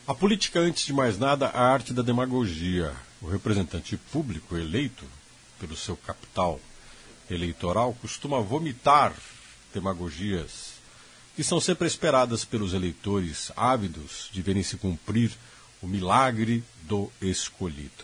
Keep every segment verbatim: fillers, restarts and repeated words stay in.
A política, antes de mais nada, a arte da demagogia. O representante público eleito pelo seu capital eleitoral costuma vomitar demagogias que são sempre esperadas pelos eleitores ávidos de verem se cumprir o milagre do escolhido.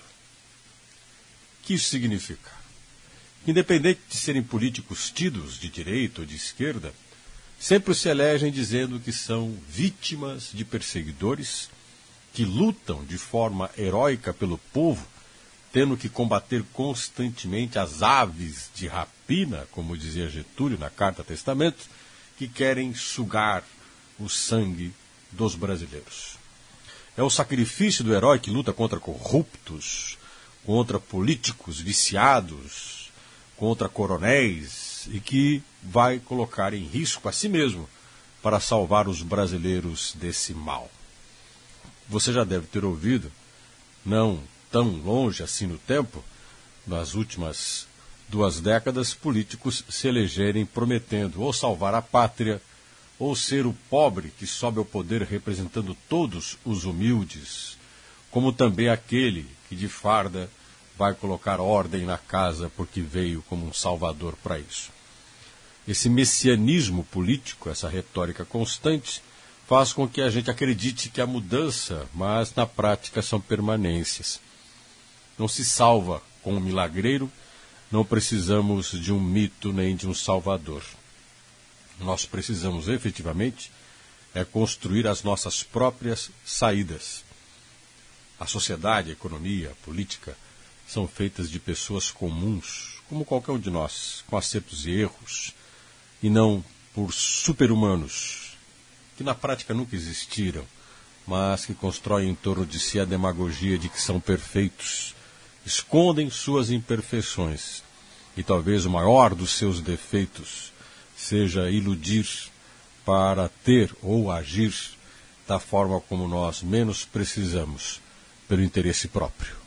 O que isso significa? Independente de serem políticos tidos de direita ou de esquerda, sempre se elegem dizendo que são vítimas de perseguidores que lutam de forma heróica pelo povo, tendo que combater constantemente as aves de rapina, como dizia Getúlio na Carta Testamento, que querem sugar o sangue dos brasileiros. É o sacrifício do herói que luta contra corruptos, contra políticos viciados, contra coronéis, e que vai colocar em risco a si mesmo para salvar os brasileiros desse mal. Você já deve ter ouvido, não tão longe assim no tempo, nas últimas duas décadas, políticos se elegerem prometendo ou salvar a pátria, ou ser o pobre que sobe ao poder representando todos os humildes, como também aquele que de farda vai colocar ordem na casa porque veio como um salvador para isso. Esse messianismo político, essa retórica constante, faz com que a gente acredite que há mudança, mas na prática são permanências. Não se salva com um milagreiro, não precisamos de um mito nem de um salvador. Nós precisamos efetivamente é construir as nossas próprias saídas. A sociedade, a economia, a política são feitas de pessoas comuns, como qualquer um de nós, com acertos e erros, e não por super-humanos, que na prática nunca existiram, mas que constroem em torno de si a demagogia de que são perfeitos, escondem suas imperfeições, e talvez o maior dos seus defeitos seja iludir para ter ou agir da forma como nós menos precisamos, pelo interesse próprio.